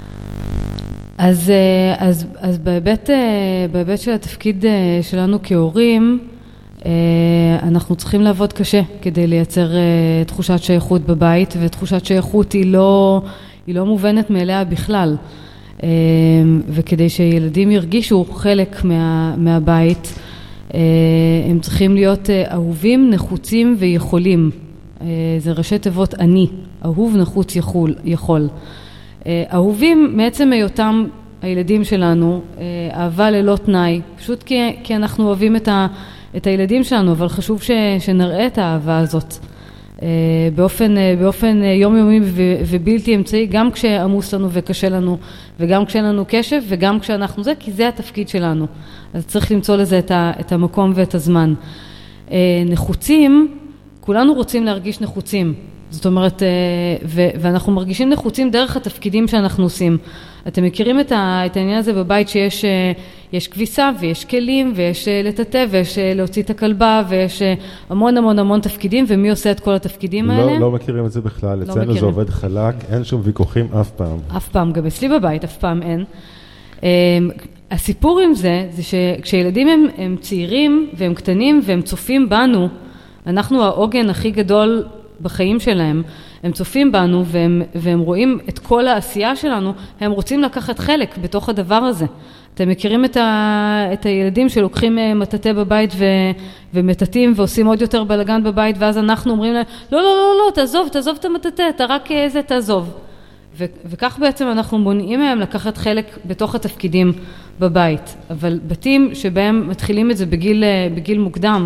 Speaker 4: אז, אז, אז בהיבט, בהיבט של התפקיד שלנו כהורים, אנחנו צריכים לעבוד קשה כדי לייצר תחושת שייכות בבית, ותחושת שייכות היא לא, היא לא מובנת מאליה בכלל. וכדי שילדים ירגישו חלק מה, מהבית, הם צריכים להיות אהובים, נחוצים ויכולים. זה ראשי תיבות אני, אהוב, נחוץ, יכול. יכול. אהובים מעצם היותם הילדים שלנו, אהבה ללא תנאי, פשוט כי, כי אנחנו אוהבים את, ה, את הילדים שלנו, אבל חשוב ש, שנראה את האהבה הזאת. באופן, באופן יומיומי ובלתי אמצעי, גם כשעמוס לנו וקשה לנו, וגם כשאין לנו קשב, וגם כשאנחנו זה, כי זה התפקיד שלנו. אז צריך למצוא לזה את, ה, את המקום ואת הזמן. נחוצים, כולנו רוצים להרגיש נחוצים. זאת אומרת, ו, ואנחנו מרגישים נחוצים דרך התפקידים שאנחנו עושים. אתם מכירים את, ה, את העניין הזה בבית שיש יש כביסה ויש כלים ויש לטאטא ויש להוציא את הכלבה ויש המון המון המון תפקידים, ומי עושה את כל התפקידים
Speaker 2: לא,
Speaker 4: האלה?
Speaker 2: לא מכירים את זה בכלל, לא אצלנו מכירים. זה עובד חלק, אין שום ויכוחים אף פעם.
Speaker 4: אף פעם, גם אצלי בבית אף פעם אין. הסיפור עם זה, זה שכשילדים הם, הם צעירים והם קטנים והם צופים בנו, אנחנו העוגן הכי גדול בחיים שלהם, הם צופים בנו והם, והם רואים את כל העשייה שלנו, הם רוצים לקחת חלק בתוך הדבר הזה. אתם מכירים את, ה, את הילדים שלוקחים מטאטא בבית ו, ומטאטאים ועושים עוד יותר בלגן בבית, ואז אנחנו אומרים להם, לא, לא, לא, לא, תעזוב, תעזוב את המטאטא, אתה רק איזה תעזוב. ו, וכך בעצם אנחנו מונעים מהם לקחת חלק בתוך התפקידים בבית. אבל בתים שבהם מתחילים את זה בגיל, בגיל מוקדם,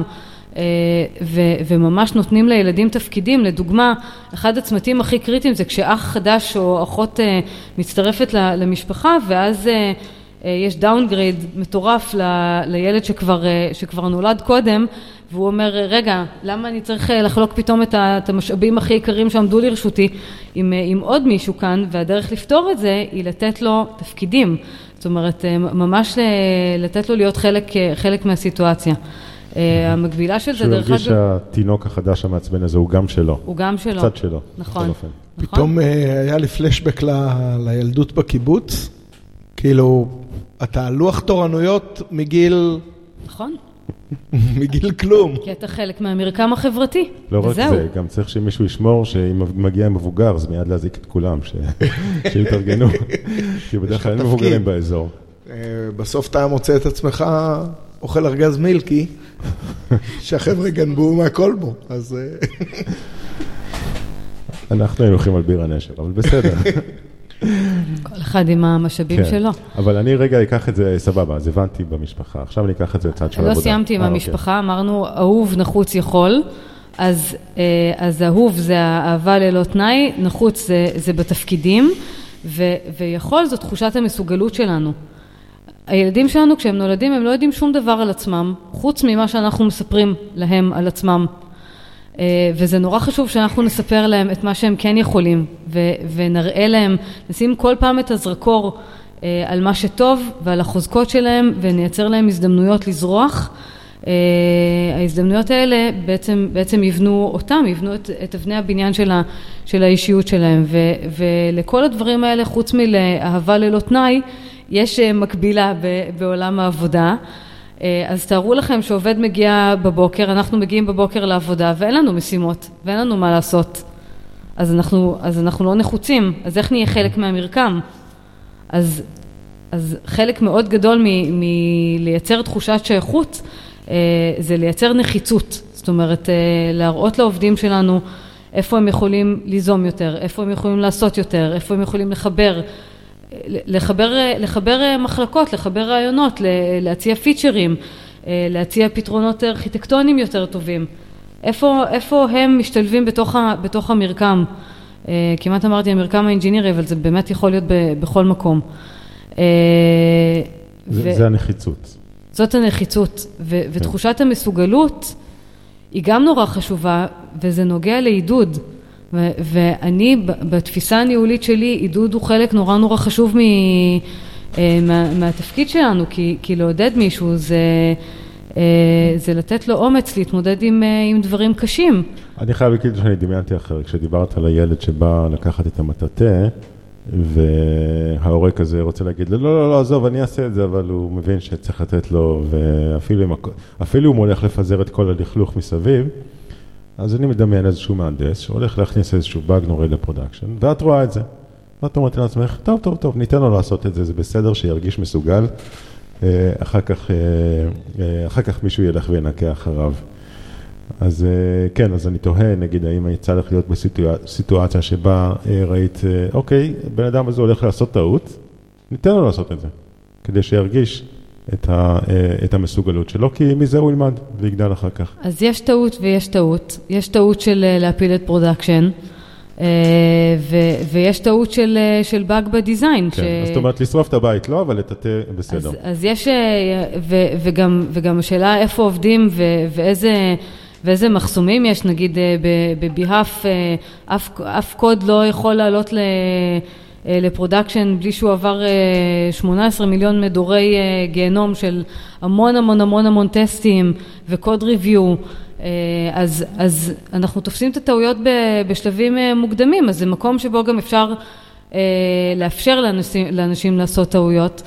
Speaker 4: ו- וממש נותנים לילדים תפקידים. לדוגמה, אחד הצמתים הכי קריטיים זה כשאח חדש או אחות מצטרפת למשפחה, ואז יש דאונגרייד מטורף ל- לילד שכבר, שכבר נולד קודם, והוא אומר, רגע, למה אני צריך לחלוק פתאום את, ה- את המשאבים הכי יקרים שעמדו לרשותי עם, עם עוד מישהו כאן, והדרך לפתור את זה היא לתת לו תפקידים. זאת אומרת, ממש לתת לו להיות חלק, חלק מהסיטואציה. המקבילה של זה דרך אגב... שהוא
Speaker 2: הרגיש שהתינוק החדש המעצבן הזה הוא גם שלו.
Speaker 4: הוא גם שלו.
Speaker 2: קצת שלו.
Speaker 4: נכון.
Speaker 3: פתאום היה לי פלשבק לילדות בקיבוץ, כאילו, אתה לוח תורנויות מגיל...
Speaker 4: נכון.
Speaker 3: מגיל כלום.
Speaker 4: כי אתה חלק מהמרקם החברתי.
Speaker 2: לא רק זה, גם צריך שמישהו ישמור שאם מגיע מבוגר, אז מיד להזיק את כולם, שיתארגנו. כי בדרך כלל אין מבוגרים באזור.
Speaker 3: בסוף אתה מוצא את עצמך... אוכל ארגז מילקי, שהחבר'ה גנבו מהקולבו, אז...
Speaker 2: אנחנו היינו הולכים על ביר הנשר, אבל בסדר.
Speaker 4: כל אחד עם המשאבים שלו.
Speaker 2: אבל אני רגע אקח את זה, סבבה, אז הבנתי במשפחה, עכשיו אני אקח את זה לצד של העבודה.
Speaker 4: לא סיימתי עם המשפחה, אמרנו, אהוב, נחוץ, יכול, אז אהוב זה האהבה ללא תנאי, נחוץ זה בתפקידים, ויכול זו תחושת המסוגלות שלנו. הילדים שלנו, כשהם נולדים, הם לא יודעים שום דבר על עצמם, חוץ ממה שאנחנו מספרים להם על עצמם. וזה נורא חשוב שאנחנו נספר להם את מה שהם כן יכולים, ונראה להם, נשים כל פעם את הזרקור על מה שטוב ועל החוזקות שלהם, ונייצר להם הזדמנויות לזרוח, ההזדמנויות האלה בעצם, בעצם יבנו אותם, יבנו את, את אבני הבניין של, ה, של האישיות שלהם, ו, ולכל הדברים האלה, חוץ מלאהבה ללא תנאי, יש מקבילה ב, בעולם העבודה. אז תארו לכם שעובד מגיע בבוקר, אנחנו מגיעים בבוקר לעבודה, ואין לנו משימות, ואין לנו מה לעשות. אז אנחנו, אז אנחנו לא נחוצים, אז איך נהיה חלק מהמרקם? אז, אז חלק מאוד גדול מ, מלייצר תחושת שייכות, זה לייצר נחיצות, זאת אומרת, להראות לעובדים שלנו איפה הם יכולים ליזום יותר, איפה הם יכולים לעשות יותר, איפה הם יכולים לחבר, לחבר, לחבר מחלקות, לחבר רעיונות, להציע פיצ'רים, להציע פתרונות ארכיטקטוניים יותר טובים. איפה, איפה הם משתלבים בתוך, ה, בתוך המרקם? כמעט אמרתי המרקם האינג'ינירי, אבל זה באמת יכול להיות ב, בכל מקום.
Speaker 2: זה, ו... זה הנחיצות.
Speaker 4: זאת הנחיצות, ו- כן. ותחושת המסוגלות היא גם נורא חשובה, וזה נוגע לעידוד. ו- ואני, בתפיסה הניהולית שלי, עידוד הוא חלק נורא נורא חשוב מ- מה- מהתפקיד שלנו, כי, כי לעודד מישהו זה, זה לתת לו אומץ להתמודד עם, עם דברים קשים.
Speaker 2: אני חייב להגיד שאני דמיינתי אחר, כשדיברת על הילד שבא לקחת את המטאטה, וההורה כזה רוצה להגיד, לא, לא, לא, עזוב, אני אעשה את זה, אבל הוא מבין שצריך לתת לו, ואפילו אפילו הוא הולך לפזר את כל הלכלוך מסביב, אז אני מדמיין איזשהו מהנדס, שהולך להכניס איזשהו באג נורי לפרודקשן, ואת רואה את זה. ואת אומרת לעצמך, טוב, טוב, טוב, ניתן לו לעשות את זה, זה בסדר, שירגיש מסוגל, אחר כך, אחר כך מישהו ילך וינקה אחריו. אז כן, אז אני תוהה, נגיד, האם יצא לך להיות בסיטואציה שבה ראית, אוקיי, בן אדם הזה הולך לעשות טעות, ניתן לו לעשות את זה, כדי שירגיש את, ה, את המסוגלות שלו, כי מזה הוא ילמד ויגדל אחר כך.
Speaker 4: אז יש טעות ויש טעות. יש טעות של להפיל את פרודקשן, ו- ויש טעות של, של באג בדיזיין.
Speaker 2: כן, ש... אז זאת אומרת, לשרוף את הבית, לא, אבל לטאטא בסדר.
Speaker 4: אז, אז יש, ו- וגם, וגם השאלה איפה עובדים ו- ואיזה... ואיזה מחסומים יש, נגיד בביהף, אף, אף קוד לא יכול לעלות לפרודקשן בלי שהוא עבר שמונה עשרה מיליון מדורי גיהנום של המון המון המון המון טסטים וקוד ריוויו, אז, אז אנחנו תופסים את הטעויות בשלבים מוקדמים, אז זה מקום שבו גם אפשר לאפשר לאנשים, לאנשים לעשות טעויות,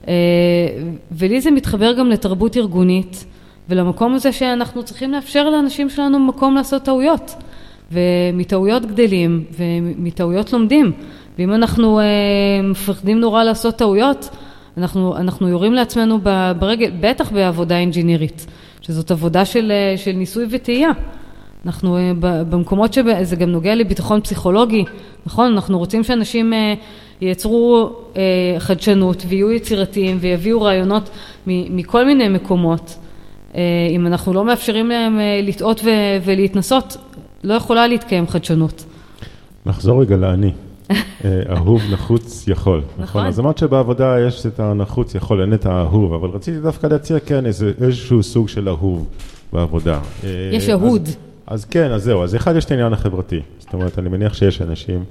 Speaker 4: ולי זה מתחבר גם לתרבות ארגונית, ולמקום הזה שאנחנו צריכים לאפשר לאנשים שלנו מקום לעשות טעויות, ומטעויות גדלים, ומטעויות לומדים, ואם אנחנו אה, מפחדים נורא לעשות טעויות, אנחנו, אנחנו יורים לעצמנו ברגל, בטח בעבודה אינג'ינירית, שזאת עבודה של, של ניסוי וטעייה. אנחנו אה, במקומות שזה גם נוגע לביטחון פסיכולוגי, נכון? אנחנו רוצים שאנשים אה, ייצרו אה, חדשנות, ויהיו יצירתיים, ויביאו רעיונות מכל מיני מקומות, אם אנחנו לא מאפשרים להם לטעות ולהתנסות, לא יכולה להתקיים חדשנות. נחזור
Speaker 2: רגע לעני. אהוב, נחוץ, יכול. נכון. אז אמרת שבעבודה יש את הנחוץ, יכול, אין את האהוב, אבל רציתי דווקא להציע כן איזשהו סוג של אהוב בעבודה.
Speaker 4: יש אהוד.
Speaker 2: אז כן, אז זהו. אז אחד יש את העניין החברתי. זאת אומרת, אני מניח שיש אנשים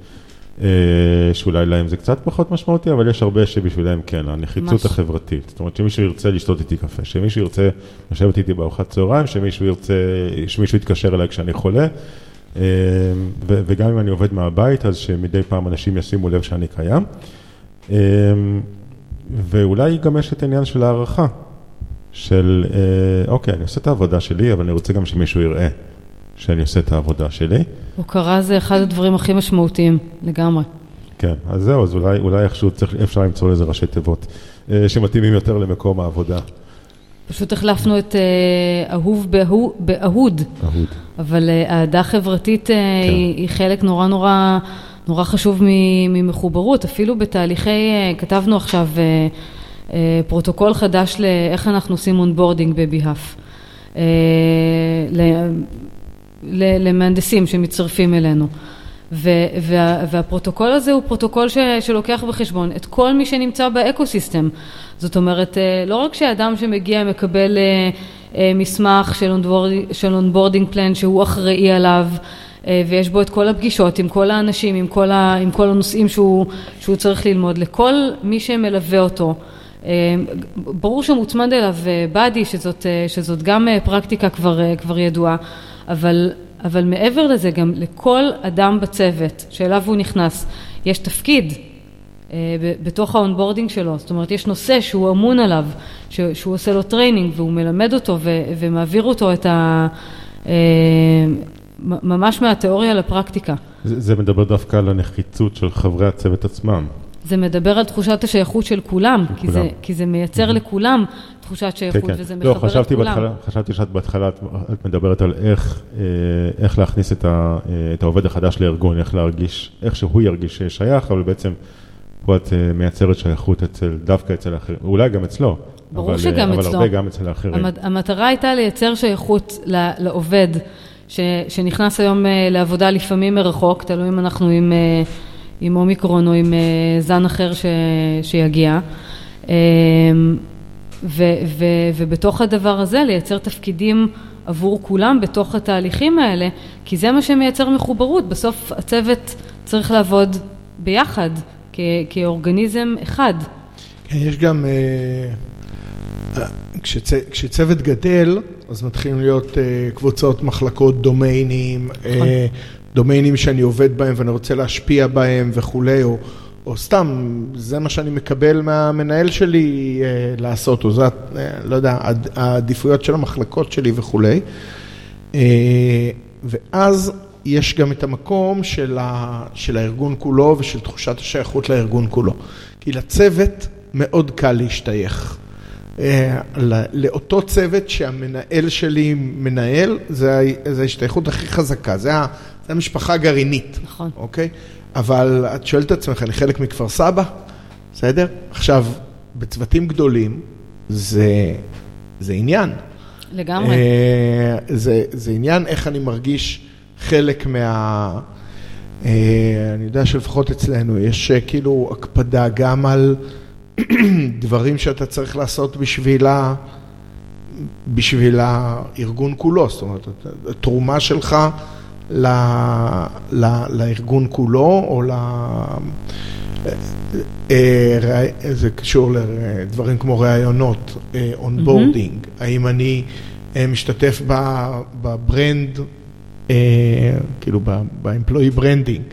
Speaker 2: שאולי להם זה קצת פחות משמעותי, אבל יש הרבה שבשבילם כן, הנחיצות החברתית. זאת אומרת, שמישהו ירצה לשתות איתי קפה, שמישהו ירצה לשבת איתי בארוחת צהריים, שמישהו ירצה, שמישהו יתקשר אליי כשאני חולה, וגם אם אני עובד מהבית, אז שמדי פעם אנשים ישימו לב שאני קיים. ואולי גם יש את העניין של הערכה, של, אוקיי, אני עושה את העבודה שלי, אבל אני רוצה גם שמישהו יראה שאני עושה את העבודה שלי.
Speaker 4: הוקרה זה אחד הדברים הכי משמעותיים, לגמרי.
Speaker 2: כן, אז זהו, אז אולי, אולי איכשהו צריך, אפשר למצוא לזה ראשי תיבות, שמתאימים יותר למקום העבודה.
Speaker 4: פשוט החלפנו את אהוב באהוד. אהוד. אבל העדה חברתית כן. היא, היא חלק נורא נורא, נורא חשוב ממחוברות. אפילו בתהליכי, כתבנו עכשיו פרוטוקול חדש לאיך אנחנו עושים אונבורדינג בביהף. למהנדסים שמצטרפים אלינו. וה, והפרוטוקול הזה הוא פרוטוקול ש, שלוקח בחשבון את כל מי שנמצא באקוסיסטם. זאת אומרת, לא רק שהאדם שמגיע מקבל מסמך של אונבורדינג פלן שהוא אחראי עליו, ויש בו את כל הפגישות עם כל האנשים, עם כל, ה, עם כל הנושאים שהוא, שהוא צריך ללמוד. לכל מי שמלווה אותו, ברור שמוצמד אליו בדי, שזאת, שזאת גם פרקטיקה כבר, כבר ידועה, אבל, אבל מעבר לזה, גם לכל אדם בצוות שאליו הוא נכנס, יש תפקיד בתוך האונבורדינג שלו, זאת אומרת, יש נושא שהוא אמון עליו, שהוא עושה לו טריינינג, והוא מלמד אותו ומעביר אותו את ה... ממש מהתיאוריה לפרקטיקה.
Speaker 2: זה, זה מדבר דווקא על הנחיצות של חברי הצוות עצמם.
Speaker 4: זה מדבר על תחושת השייכות של כולם, כי זה, כי זה מייצר mm-hmm. לכולם תחושת שייכות, כן, וזה
Speaker 2: כן.
Speaker 4: מחבר
Speaker 2: לא,
Speaker 4: את כולם.
Speaker 2: בהתחלה, חשבתי שאת בהתחלה, את מדברת על איך, איך להכניס את, ה, את העובד החדש לארגון, איך להרגיש, איך שהוא ירגיש שייך, אבל בעצם פה את מייצרת שייכות אצל, דווקא אצל האחרים, אולי גם אצלו.
Speaker 4: ברור
Speaker 2: אבל,
Speaker 4: שגם
Speaker 2: אבל
Speaker 4: אצלו.
Speaker 2: הרבה גם אצל האחרים.
Speaker 4: המטרה הייתה לייצר שייכות לעובד, ש, שנכנס היום לעבודה לפעמים מרחוק, תלוי אם אנחנו עם, עם אומיקרון או עם זן אחר ש, שיגיע. ו, ו, ובתוך הדבר הזה לייצר תפקידים עבור כולם בתוך התהליכים האלה, כי זה מה שמייצר מחוברות. בסוף הצוות צריך לעבוד ביחד, כ, כאורגניזם אחד.
Speaker 3: כן, יש גם... כשצ... כשצוות גדל, אז מתחילים להיות uh, קבוצות, מחלקות, דומיינים, uh, דומיינים שאני עובד בהם ואני רוצה להשפיע בהם וכולי, או, או סתם, זה מה שאני מקבל מהמנהל שלי uh, לעשות, או זה, uh, לא יודע, העדיפויות של המחלקות שלי וכולי. Uh, ואז יש גם את המקום של, ה... של הארגון כולו ושל תחושת השייכות לארגון כולו. כי לצוות מאוד קל להשתייך. לאותו צוות שהמנהל שלי מנהל, זה ההשתייכות הכי חזקה, זה המשפחה הגרעינית.
Speaker 4: נכון.
Speaker 3: אוקיי? אבל את שואלת את עצמך, אני חלק מכפר סבא, בסדר? עכשיו, בצוותים גדולים, זה, זה עניין.
Speaker 4: לגמרי.
Speaker 3: זה, זה עניין איך אני מרגיש חלק מה... אני יודע שלפחות אצלנו יש כאילו הקפדה גם על... דברים שאתה צריך לעשות בשביל, ה... בשביל הארגון כולו, זאת אומרת, התרומה שלך ל... ל... לארגון כולו, או ל... זה קשור לדברים כמו רעיונות, אונבורדינג, mm-hmm. האם אני משתתף בברנד, כאילו באמפלואי ברנדינג,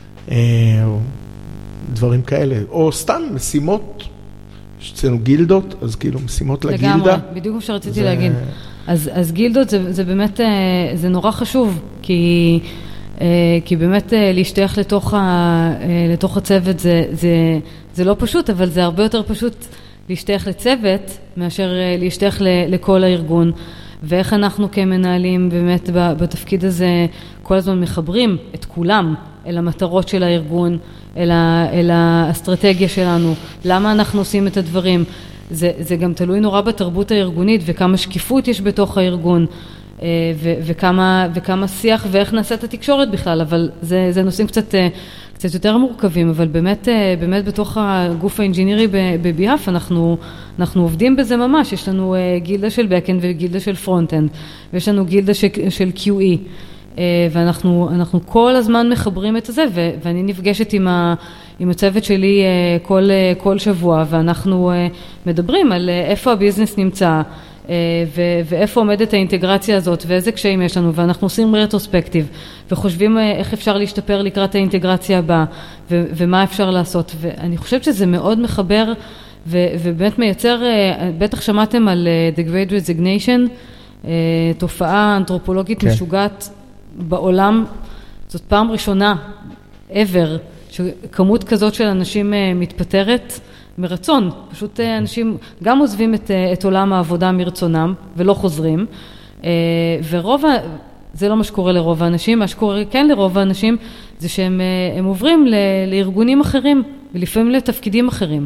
Speaker 3: דברים כאלה, או סתם משימות, יש אצלנו גילדות, אז כאילו משימות לגילדה.
Speaker 4: לגמרי, בדיוק מה שרציתי זה... להגיד. אז, אז גילדות זה, זה באמת, זה נורא חשוב, כי, כי באמת להשתייך לתוך, ה, לתוך הצוות זה, זה, זה לא פשוט, אבל זה הרבה יותר פשוט להשתייך לצוות, מאשר להשתייך לכל הארגון. ואיך אנחנו כמנהלים באמת בתפקיד הזה כל הזמן מחברים את כולם אל המטרות של הארגון, אל, ה, אל האסטרטגיה שלנו, למה אנחנו עושים את הדברים. זה, זה גם תלוי נורא בתרבות הארגונית וכמה שקיפות יש בתוך הארגון, ו, וכמה, וכמה שיח ואיך נעשה את התקשורת בכלל, אבל זה, זה נושאים קצת, קצת יותר מורכבים, אבל באמת, באמת בתוך הגוף האינג'ינירי בביאף אנחנו, אנחנו עובדים בזה ממש. יש לנו גילדה של בקאנד וגילדה של פרונט-אנד, ויש לנו גילדה של, של קיו אי, ואנחנו אנחנו כל הזמן מחברים את זה, ו, ואני נפגשת עם, ה, עם הצוות שלי כל, כל שבוע, ואנחנו מדברים על איפה הביזנס נמצא, ו- ואיפה עומדת האינטגרציה הזאת, ואיזה קשיים יש לנו, ואנחנו עושים רטרוספקטיב, וחושבים איך אפשר להשתפר לקראת האינטגרציה הבאה, ו- ומה אפשר לעשות. ואני חושבת שזה מאוד מחבר, ו- ובאמת מייצר, בטח שמעתם על The Great Resignation, תופעה אנתרופולוגית okay. משוגעת בעולם, זאת פעם ראשונה, ever, שכמות כזאת של אנשים מתפטרת, מרצון, פשוט אנשים גם עוזבים את, את עולם העבודה מרצונם ולא חוזרים, ורוב, זה לא מה שקורה לרוב האנשים, מה שקורה כן לרוב האנשים זה שהם הם עוברים ל, לארגונים אחרים ולפעמים לתפקידים אחרים.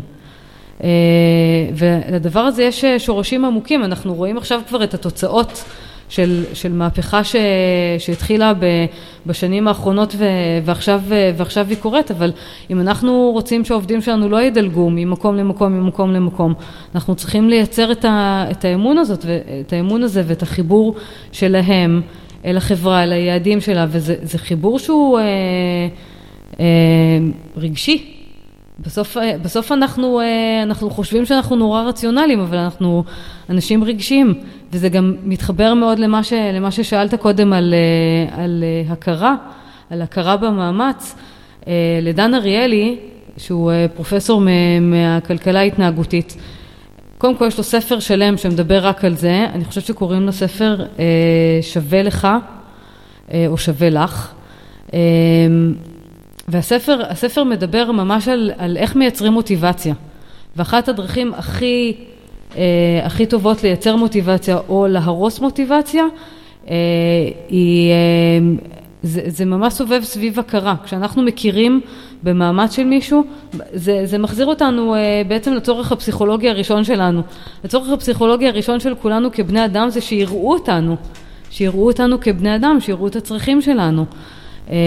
Speaker 4: ולדבר הזה יש שורשים עמוקים, אנחנו רואים עכשיו כבר את התוצאות של, של מהפכה ש, שהתחילה ב, בשנים האחרונות ו, ועכשיו, ועכשיו היא קורית, אבל אם אנחנו רוצים שהעובדים שלנו לא ידלגו ממקום למקום, ממקום למקום, אנחנו צריכים לייצר את, ה, את האמון הזאת, את האמון הזה ואת החיבור שלהם אל החברה, אל היעדים שלה, וזה זה חיבור שהוא אה, אה, רגשי. בסוף, בסוף אנחנו, אנחנו חושבים שאנחנו נורא רציונליים, אבל אנחנו אנשים רגשיים, וזה גם מתחבר מאוד למה, ש, למה ששאלת קודם על, על הכרה, על הכרה במאמץ. לדן אריאלי, שהוא פרופסור מהכלכלה ההתנהגותית, קודם כל יש לו ספר שלם שמדבר רק על זה, אני חושבת שקוראים לו ספר שווה לך, או שווה לך, והספר, הספר מדבר ממש על, על איך מייצרים מוטיבציה. ואחת הדרכים הכי, אה, הכי טובות לייצר מוטיבציה או להרוס מוטיבציה, אה, היא, אה, זה, זה ממש סובב סביב הכרה. כשאנחנו מכירים במאמץ של מישהו, זה, זה מחזיר אותנו אה, בעצם לצורך הפסיכולוגי הראשון שלנו. לצורך הפסיכולוגי הראשון של כולנו כבני אדם זה שיראו אותנו. שיראו אותנו כבני אדם, שיראו את הצרכים שלנו. אה,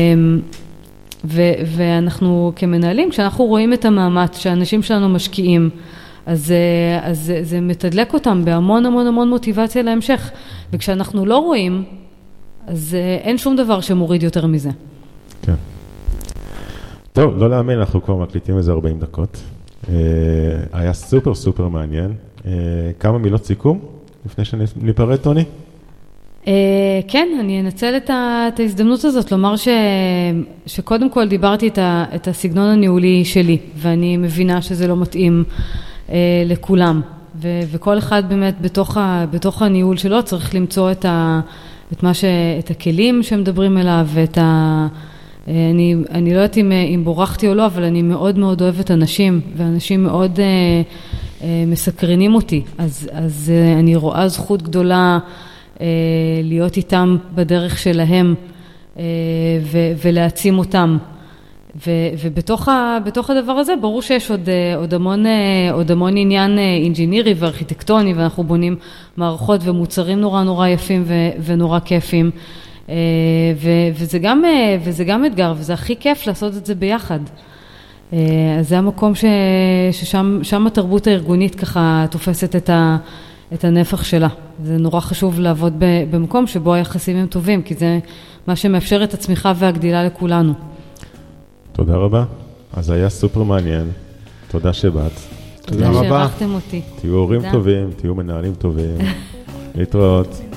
Speaker 4: ו- ואנחנו כמנהלים, כשאנחנו רואים את המאמץ שהאנשים שלנו משקיעים, אז, אז זה, זה מתדלק אותם בהמון המון המון מוטיבציה להמשך. וכשאנחנו לא רואים, אז אין שום דבר שמוריד יותר מזה.
Speaker 2: כן. טוב, לא להאמין, אנחנו כבר מקליטים איזה ארבעים דקות. היה סופר סופר מעניין. כמה מילות סיכום לפני שניפרד, טוני?
Speaker 4: כן, אני אנצל את ההזדמנות הזאת לומר ש, שקודם כל דיברתי את, ה, את הסגנון הניהולי שלי, ואני מבינה שזה לא מתאים לכולם, ו, וכל אחד באמת בתוך, ה, בתוך הניהול שלו צריך למצוא את, ה, את, מה ש, את הכלים שמדברים אליו, ואת ה, אני, אני לא יודעת אם, אם בורחתי או לא, אבל אני מאוד מאוד אוהבת אנשים, ואנשים מאוד מסקרנים אותי, אז, אז אני רואה זכות גדולה להיות איתם בדרך שלהם ולהעצים אותם. ובתוך בתוך הדבר הזה ברור שיש עוד עוד המון עוד המון עניין אינג'ינירי וארכיטקטוני, ואנחנו בונים מערכות ומוצרים נורא נורא יפים ונורא כיפים. וזה גם וזה גם אתגר, וזה הכי כיף לעשות את זה ביחד. אז זה המקום ש, ששם שם התרבות הארגונית ככה תופסת את ה את הנפח שלה. זה נורא חשוב לעבוד במקום שבו היחסים הם טובים, כי זה מה שמאפשר את הצמיחה והגדילה לכולנו.
Speaker 2: תודה רבה. אז היה סופר מעניין. תודה שבאת.
Speaker 4: תודה רבה. תודה שהערכתם אותי.
Speaker 2: תהיו הורים טובים, תהיו מנהלים טובים. להתראות.